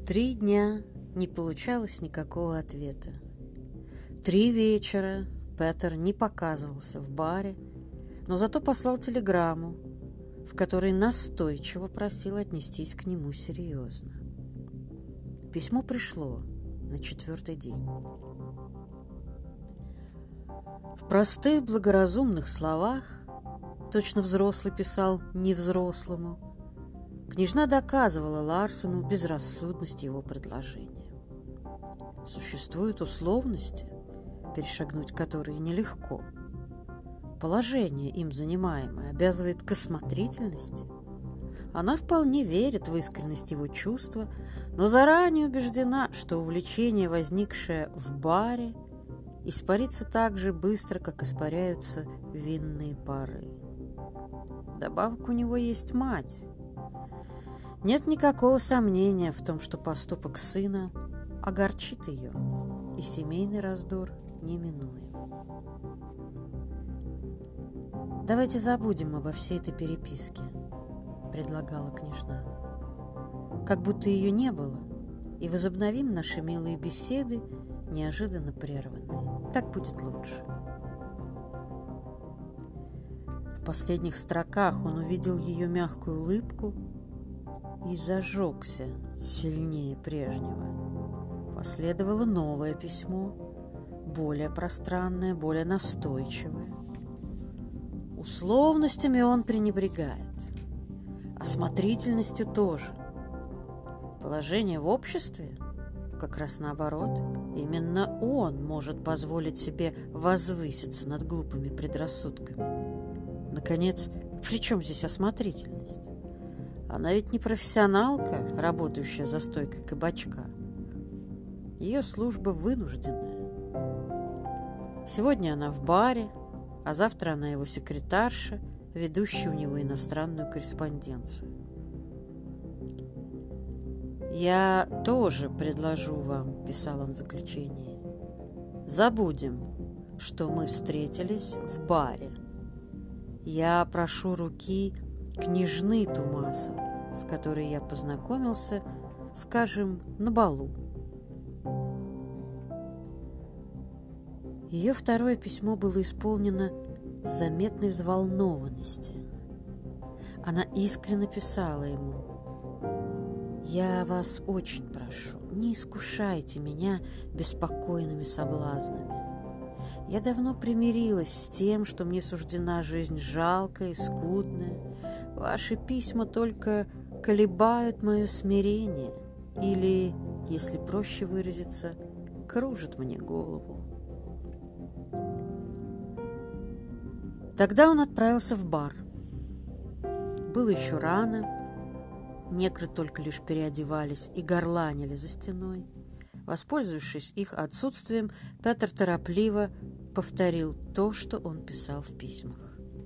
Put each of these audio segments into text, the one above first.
3 дня не получалось никакого ответа. 3 вечера Петер не показывался в баре, но зато послал телеграмму, в которой настойчиво просил отнестись к нему серьезно. Письмо пришло на 4-й день. В простых благоразумных словах, точно взрослый писал невзрослому, княжна доказывала Ларсену безрассудность его предложения. Существуют условности, перешагнуть которые нелегко. Положение, им занимаемое, обязывает к осмотрительности. Она вполне верит в искренность его чувства, но заранее убеждена, что увлечение, возникшее в баре, испарится так же быстро, как испаряются винные пары. Вдобавок у него есть мать. Нет никакого сомнения в том, что поступок сына огорчит ее, и семейный раздор неминуем. «Давайте забудем обо всей этой переписке», — предлагала княжна. «Как будто ее не было, и возобновим наши милые беседы, неожиданно прерванные. Так будет лучше». В последних строках он увидел ее мягкую улыбку и зажегся сильнее прежнего. Последовало новое письмо, более пространное, более настойчивое. Условностями он пренебрегает, осмотрительностью тоже. Положение в обществе как раз наоборот. Именно он может позволить себе возвыситься над глупыми предрассудками. Наконец, при чем здесь осмотрительность? Она ведь не профессионалка, работающая за стойкой кабачка. Ее служба вынужденная. Сегодня она в баре, а завтра она его секретарша, ведущая у него иностранную корреспонденцию. «Я тоже предложу вам», — писал он в заключении, — «забудем, что мы встретились в баре. Я прошу руки княжны Тумасовой, с которой я познакомился, скажем, на балу». Ее второе письмо было исполнено заметной взволнованности. Она искренне писала ему: «Я вас очень прошу, не искушайте меня беспокойными соблазнами. Я давно примирилась с тем, что мне суждена жизнь жалкая и скудная. Ваши письма только колебают мое смирение или, если проще выразиться, кружат мне голову». Тогда он отправился в бар. Было еще рано, негры только лишь переодевались и горланили за стеной. Воспользовавшись их отсутствием, Петер торопливо повторил то, что он писал в письмах.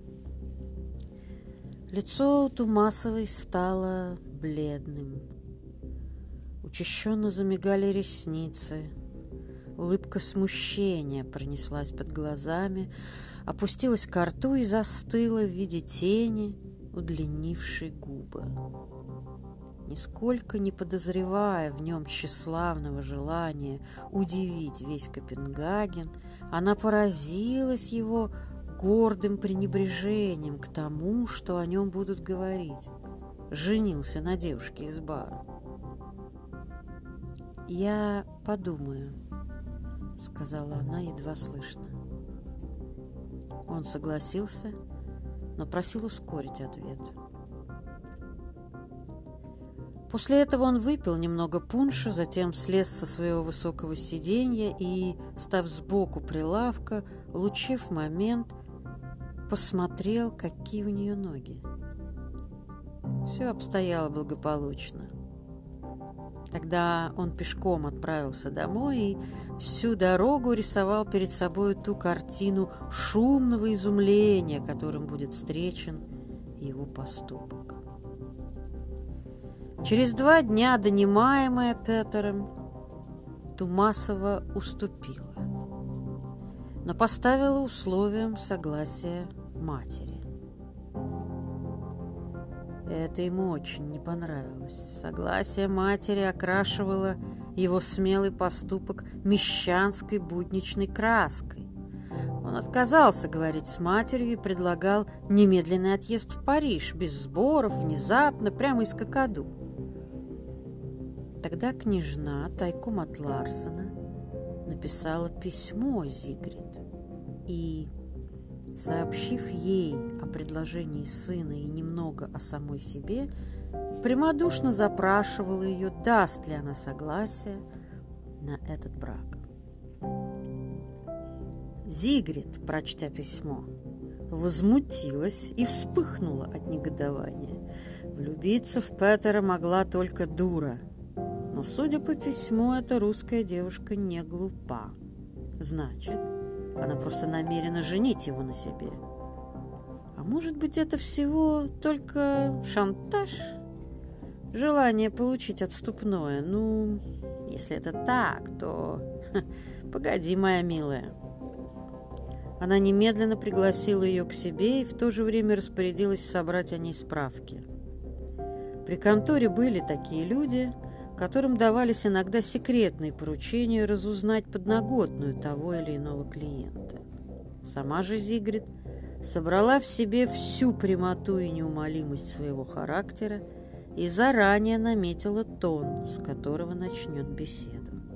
Лицо у Тумасовой стало бледным. Учащенно замигали ресницы. Улыбка смущения пронеслась под глазами, опустилась ко рту и застыла в виде тени, удлинившей губы. Нисколько не подозревая в нем тщеславного желания удивить весь Копенгаген, она поразилась его гордым пренебрежением к тому, что о нем будут говорить. Женился на девушке из бара. «Я подумаю», — сказала она едва слышно. Он согласился, но просил ускорить ответ. После этого он выпил немного пунша, затем слез со своего высокого сиденья и, став сбоку прилавка, улучив момент, посмотрел, какие у нее ноги. Все обстояло благополучно. Тогда он пешком отправился домой и всю дорогу рисовал перед собой ту картину шумного изумления, которым будет встречен его поступок. Через 2 дня, донимаемая Петером, Тумасова уступила, но поставила условием согласия матери. Это ему очень не понравилось. Согласие матери окрашивало его смелый поступок мещанской будничной краской. Он отказался говорить с матерью и предлагал немедленный отъезд в Париж, без сборов, внезапно, прямо из какаду. Тогда княжна тайком от Ларсена написала письмо Зигрид и, сообщив ей о предложении сына и немного о самой себе, прямодушно запрашивала ее, даст ли она согласие на этот брак. Зигрид, прочтя письмо, возмутилась и вспыхнула от негодования. Влюбиться в Петера могла только дура, но, судя по письму, эта русская девушка не глупа. Значит, она просто намерена женить его на себе. А может быть, это всего только шантаж? Желание получить отступное. Ну, если это так, то... Погоди, моя милая. Она немедленно пригласила ее к себе и в то же время распорядилась собрать о ней справки. При конторе были такие люди, которым давались иногда секретные поручения разузнать подноготную того или иного клиента. Сама же Зигрид собрала в себе всю прямоту и неумолимость своего характера и заранее наметила тон, с которого начнет беседу.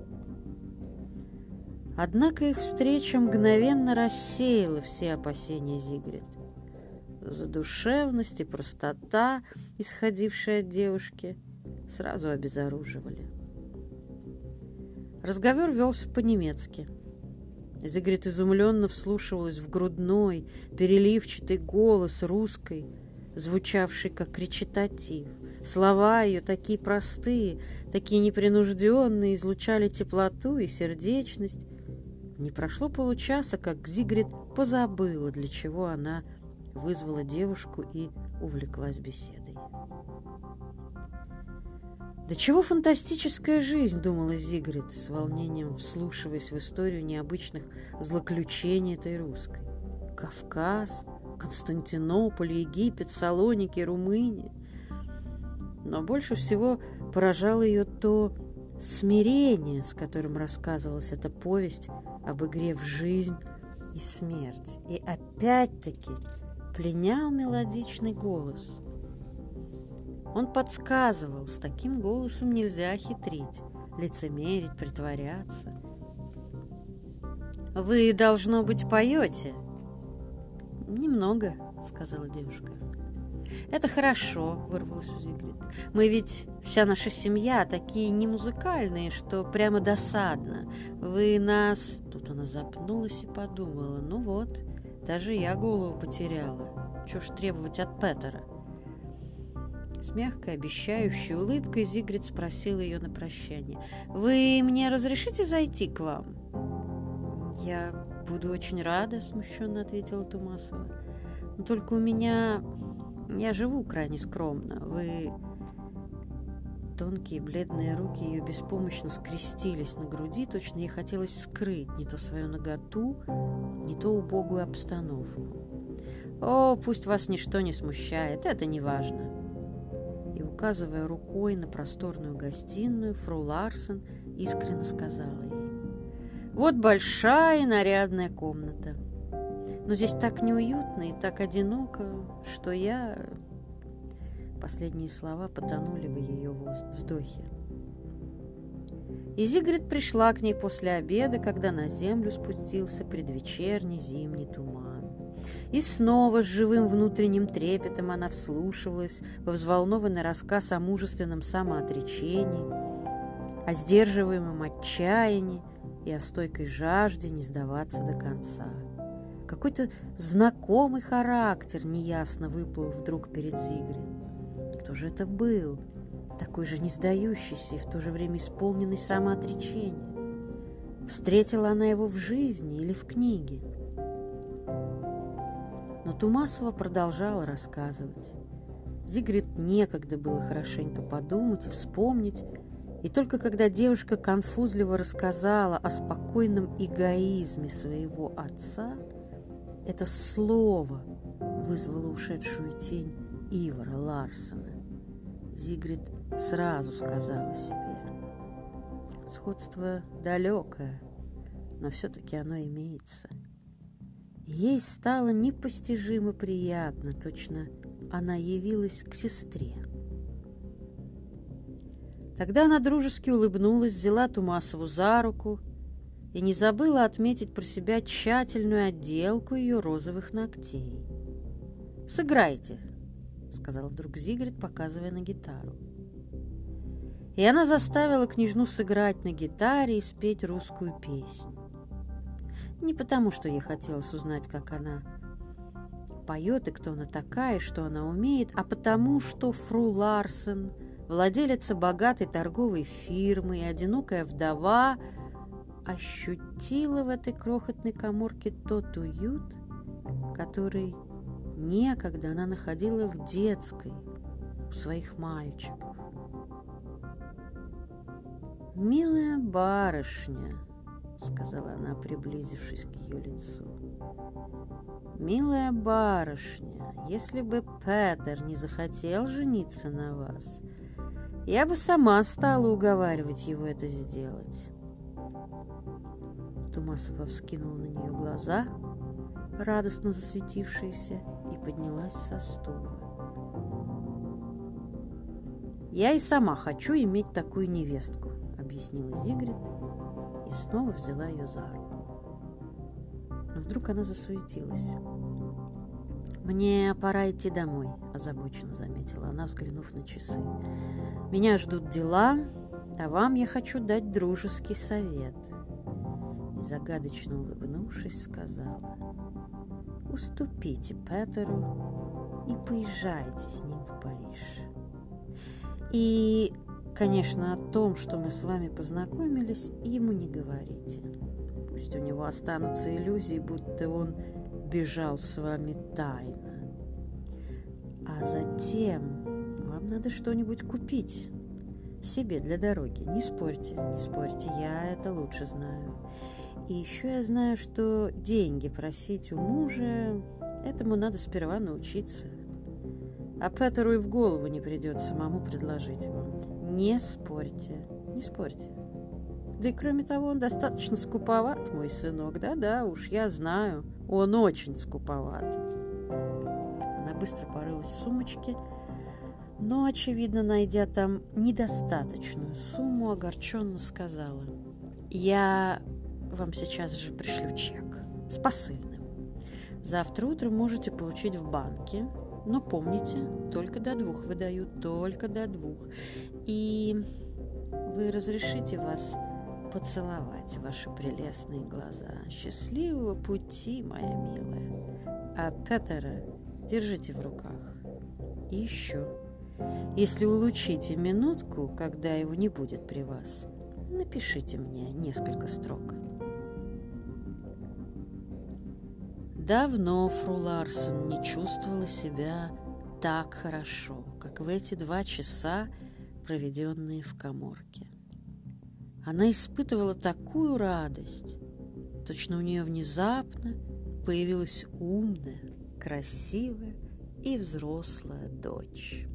Однако их встреча мгновенно рассеяла все опасения Зигрид. Задушевность и простота, исходившие от девушки, сразу обезоруживали. Разговор велся по-немецки. Зигрид изумленно вслушивалась в грудной, переливчатый голос русской, звучавший как речитатив. Слова ее, такие простые, такие непринужденные, излучали теплоту и сердечность. Не прошло получаса, как Зигрид позабыла, для чего она вызвала девушку и увлеклась беседой. «Да чего фантастическая жизнь!» — думала Зигрид, с волнением вслушиваясь в историю необычных злоключений этой русской. Кавказ, Константинополь, Египет, Салоники, Румыния. Но больше всего поражало ее то смирение, с которым рассказывалась эта повесть об игре в жизнь и смерть. И опять-таки пленял мелодичный голос. Он подсказывал, с таким голосом нельзя хитрить, лицемерить, притворяться. «Вы, должно быть, поете?» «Немного», — сказала девушка. «Это хорошо», — вырвалось у Зигрид. «Мы ведь, вся наша семья, такие немузыкальные, что прямо досадно. Вы нас...» Тут она запнулась и подумала: «Ну вот, даже я голову потеряла. Чего ж требовать от Петера?» С мягкой, обещающей улыбкой Зигрид спросила ее на прощание: «Вы мне разрешите зайти к вам?» «Я буду очень рада», — смущенно ответила Тумасова. «Но только у меня... Я живу крайне скромно. Вы...» Тонкие бледные руки ее беспомощно скрестились на груди, точно ей хотелось скрыть не то свою наготу, не то убогую обстановку. «О, пусть вас ничто не смущает, это не важно». И, указывая рукой на просторную гостиную, фру Ларсен искренне сказала ей: «Вот большая нарядная комната. Но здесь так неуютно и так одиноко, что я...» Последние слова потонули в ее вздохе. И Зигрид пришла к ней после обеда, когда на землю спустился предвечерний зимний туман. И снова с живым внутренним трепетом она вслушивалась во взволнованный рассказ о мужественном самоотречении, о сдерживаемом отчаянии и о стойкой жажде не сдаваться до конца. Какой-то знакомый характер неясно выплыл вдруг перед Зигрид. Кто же это был, такой же не сдающийся и в то же время исполненный самоотречения? Встретила она его в жизни или в книге? Но Тумасова продолжала рассказывать. Зигрид некогда было хорошенько подумать и вспомнить, и только когда девушка конфузливо рассказала о спокойном эгоизме своего отца, это слово вызвало ушедшую тень Ивара Ларсена. Зигрид сразу сказала себе: сходство далекое, но все-таки оно имеется. Ей стало непостижимо приятно, точно она явилась к сестре. Тогда она дружески улыбнулась, взяла Тумасову за руку и не забыла отметить про себя тщательную отделку ее розовых ногтей. «Сыграйте», — сказала вдруг Зигрид, показывая на гитару. И она заставила княжну сыграть на гитаре и спеть русскую песню. Не потому, что ей хотелось узнать, как она поет и кто она такая, и что она умеет, а потому, что фру Ларсен, владелица богатой торговой фирмы и одинокая вдова, ощутила в этой крохотной каморке тот уют, который некогда она находила в детской у своих мальчиков. «Милая барышня», — сказала она, приблизившись к ее лицу, — «милая барышня, если бы Петер не захотел жениться на вас, я бы сама стала уговаривать его это сделать». Тумасова вскинула на нее глаза, радостно засветившиеся, и поднялась со стула. «Я и сама хочу иметь такую невестку», — объяснила Зигрид и снова взяла ее за руку. Но вдруг она засуетилась. «Мне пора идти домой», — озабоченно заметила она, взглянув на часы. «Меня ждут дела, а вам я хочу дать дружеский совет». И, загадочно улыбнувшись, сказала: «Уступите Петеру и поезжайте с ним в Париж. И, конечно, о том, что мы с вами познакомились, ему не говорите. Пусть у него останутся иллюзии, будто он бежал с вами тайно. А затем вам надо что-нибудь купить себе для дороги. Не спорьте, я это лучше знаю. И еще я знаю, что деньги просить у мужа, этому надо сперва научиться. А Петеру и в голову не придет самому предложить вам. Не спорьте. Да и кроме того, он достаточно скуповат, мой сынок. Да-да, уж я знаю, он очень скуповат». Она быстро порылась в сумочке, но, очевидно, найдя там недостаточную сумму, огорченно сказала: «Я вам сейчас же пришлю чек с посыльным. Завтра утром можете получить в банке, но помните, только до 2 выдают, только до 2. И вы разрешите вас поцеловать ваши прелестные глаза. Счастливого пути, моя милая. А Петера держите в руках. И еще, если улучите минутку, когда его не будет при вас, напишите мне несколько строк». Давно фру Ларсен не чувствовала себя так хорошо, как в эти 2 часа, проведенные в каморке. Она испытывала такую радость, точно у нее внезапно появилась умная, красивая и взрослая дочь.